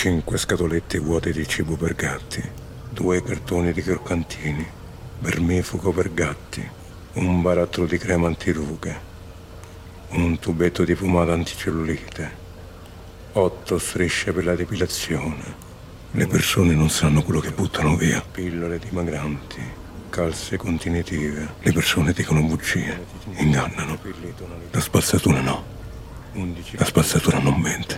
5 scatolette vuote di cibo per gatti, 2 cartoni di croccantini, vermifugo per gatti, un barattolo di crema antirughe, un tubetto di pomata anticellulite, 8 strisce per la depilazione. Le persone non sanno quello che buttano via. Pillole dimagranti, calze continuative. Le persone dicono bugie, ingannano. La spazzatura no. La spazzatura non mente.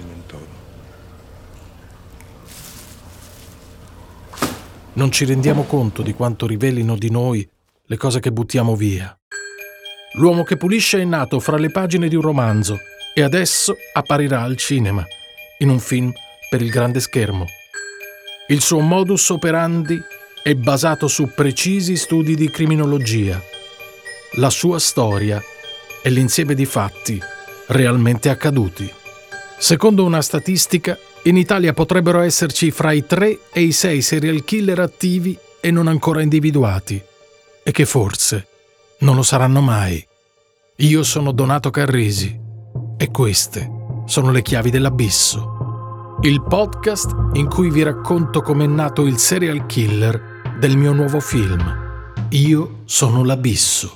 Non ci rendiamo conto di quanto rivelino di noi le cose che buttiamo via. L'uomo che pulisce è nato fra le pagine di un romanzo e adesso apparirà al cinema, in un film per il grande schermo. Il suo modus operandi è basato su precisi studi di criminologia. La sua storia è l'insieme di fatti realmente accaduti. Secondo una statistica, in Italia potrebbero esserci fra i 3 e i 6 serial killer attivi e non ancora individuati, e che forse non lo saranno mai. Io sono Donato Carrisi e queste sono le chiavi dell'abisso. Il podcast in cui vi racconto com'è nato il serial killer del mio nuovo film. Io sono l'abisso.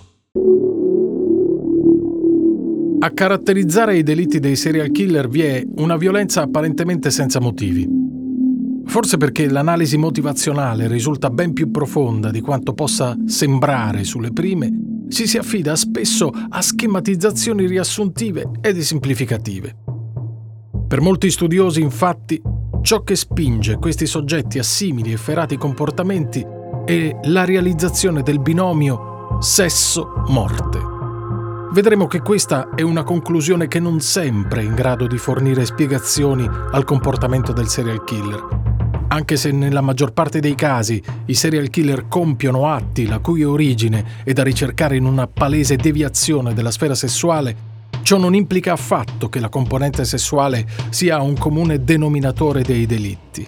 A caratterizzare i delitti dei serial killer vi è una violenza apparentemente senza motivi. Forse perché l'analisi motivazionale risulta ben più profonda di quanto possa sembrare sulle prime, si affida spesso a schematizzazioni riassuntive ed esemplificative. Per molti studiosi, infatti, ciò che spinge questi soggetti a simili e efferati comportamenti è la realizzazione del binomio sesso-morte. Vedremo che questa è una conclusione che non sempre è in grado di fornire spiegazioni al comportamento del serial killer. Anche se nella maggior parte dei casi i serial killer compiono atti la cui origine è da ricercare in una palese deviazione della sfera sessuale, ciò non implica affatto che la componente sessuale sia un comune denominatore dei delitti.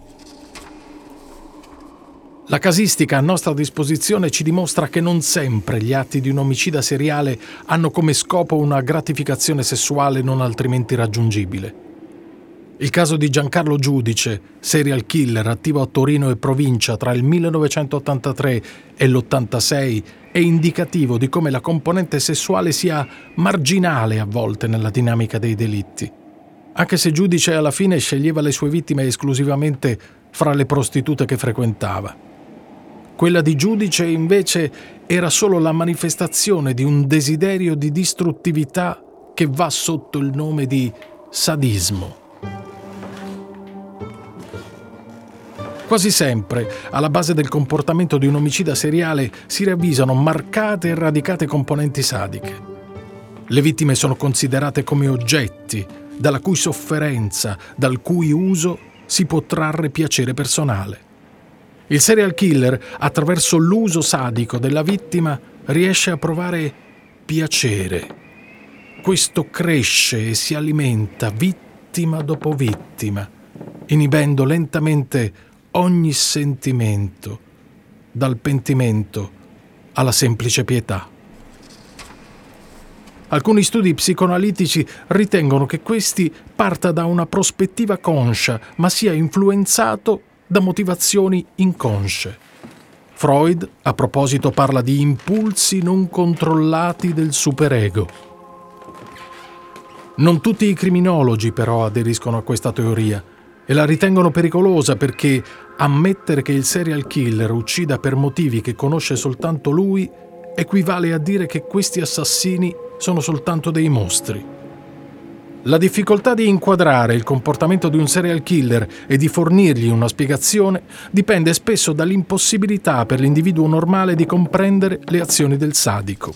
La casistica a nostra disposizione ci dimostra che non sempre gli atti di un omicida seriale hanno come scopo una gratificazione sessuale non altrimenti raggiungibile. Il caso di Giancarlo Giudice, serial killer attivo a Torino e provincia tra il 1983 e l'86, è indicativo di come la componente sessuale sia marginale a volte nella dinamica dei delitti. Anche se Giudice alla fine sceglieva le sue vittime esclusivamente fra le prostitute che frequentava. Quella di Giudice, invece, era solo la manifestazione di un desiderio di distruttività che va sotto il nome di sadismo. Quasi sempre, alla base del comportamento di un omicida seriale si ravvisano marcate e radicate componenti sadiche. Le vittime sono considerate come oggetti, dalla cui sofferenza, dal cui uso si può trarre piacere personale. Il serial killer, attraverso l'uso sadico della vittima, riesce a provare piacere. Questo cresce e si alimenta vittima dopo vittima, inibendo lentamente ogni sentimento, dal pentimento alla semplice pietà. Alcuni studi psicoanalitici ritengono che questi parta da una prospettiva conscia, ma sia influenzato da motivazioni inconsce. Freud, a proposito, parla di impulsi non controllati del superego. Non tutti i criminologi, però, aderiscono a questa teoria e la ritengono pericolosa perché ammettere che il serial killer uccida per motivi che conosce soltanto lui equivale a dire che questi assassini sono soltanto dei mostri. La difficoltà di inquadrare il comportamento di un serial killer e di fornirgli una spiegazione dipende spesso dall'impossibilità per l'individuo normale di comprendere le azioni del sadico.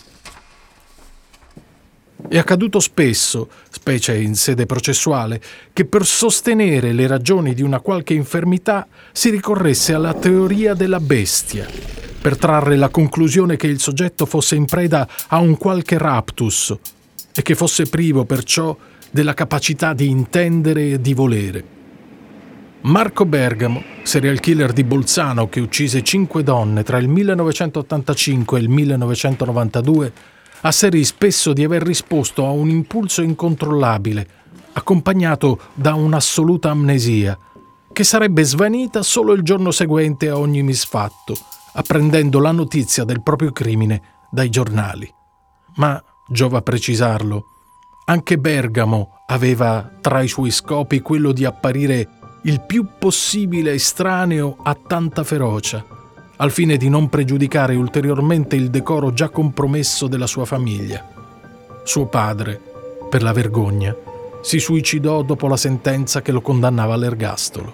È accaduto spesso, specie in sede processuale, che per sostenere le ragioni di una qualche infermità si ricorresse alla teoria della bestia, per trarre la conclusione che il soggetto fosse in preda a un qualche raptus e che fosse privo perciò della capacità di intendere e di volere. Marco Bergamo, serial killer di Bolzano che uccise 5 donne tra il 1985 e il 1992, asserì spesso di aver risposto a un impulso incontrollabile, accompagnato da un'assoluta amnesia, che sarebbe svanita solo il giorno seguente a ogni misfatto, apprendendo la notizia del proprio crimine dai giornali. Ma, giova precisarlo, anche Bergamo aveva tra i suoi scopi quello di apparire il più possibile estraneo a tanta ferocia, al fine di non pregiudicare ulteriormente il decoro già compromesso della sua famiglia. Suo padre, per la vergogna, si suicidò dopo la sentenza che lo condannava all'ergastolo.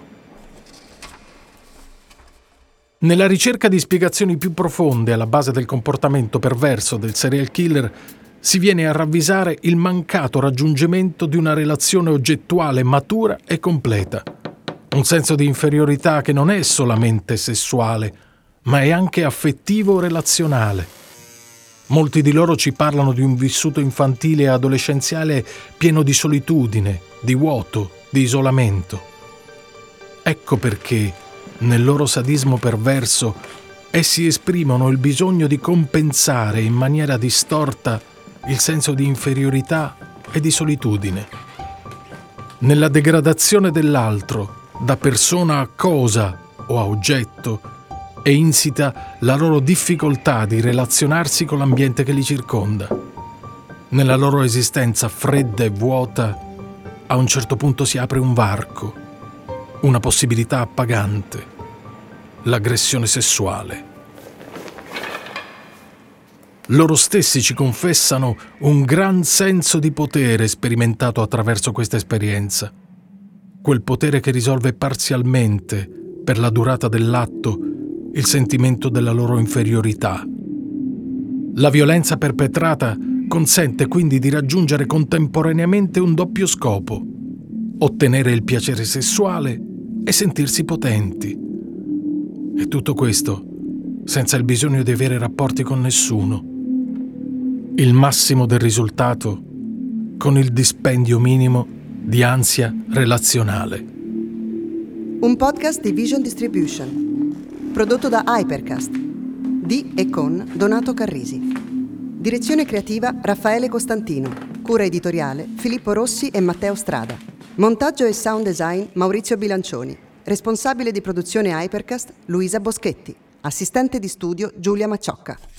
Nella ricerca di spiegazioni più profonde alla base del comportamento perverso del serial killer si viene a ravvisare il mancato raggiungimento di una relazione oggettuale matura e completa. Un senso di inferiorità che non è solamente sessuale, ma è anche affettivo-relazionale. Molti di loro ci parlano di un vissuto infantile e adolescenziale pieno di solitudine, di vuoto, di isolamento. Ecco perché, nel loro sadismo perverso, essi esprimono il bisogno di compensare in maniera distorta il senso di inferiorità e di solitudine. Nella degradazione dell'altro, da persona a cosa o a oggetto, è insita la loro difficoltà di relazionarsi con l'ambiente che li circonda. Nella loro esistenza fredda e vuota, a un certo punto si apre un varco, una possibilità appagante, l'aggressione sessuale. Loro stessi ci confessano un gran senso di potere sperimentato attraverso questa esperienza. Quel potere che risolve parzialmente, per la durata dell'atto, il sentimento della loro inferiorità. La violenza perpetrata consente quindi di raggiungere contemporaneamente un doppio scopo: ottenere il piacere sessuale e sentirsi potenti. E tutto questo senza il bisogno di avere rapporti con nessuno. Il massimo del risultato con il dispendio minimo di ansia relazionale. Un podcast di Vision Distribution, prodotto da Hypercast, di e con Donato Carrisi. Direzione creativa Raffaele Costantino, cura editoriale Filippo Rossi e Matteo Strada. Montaggio e sound design Maurizio Bilancioni. Responsabile di produzione Hypercast Luisa Boschetti. Assistente di studio Giulia Macciocca.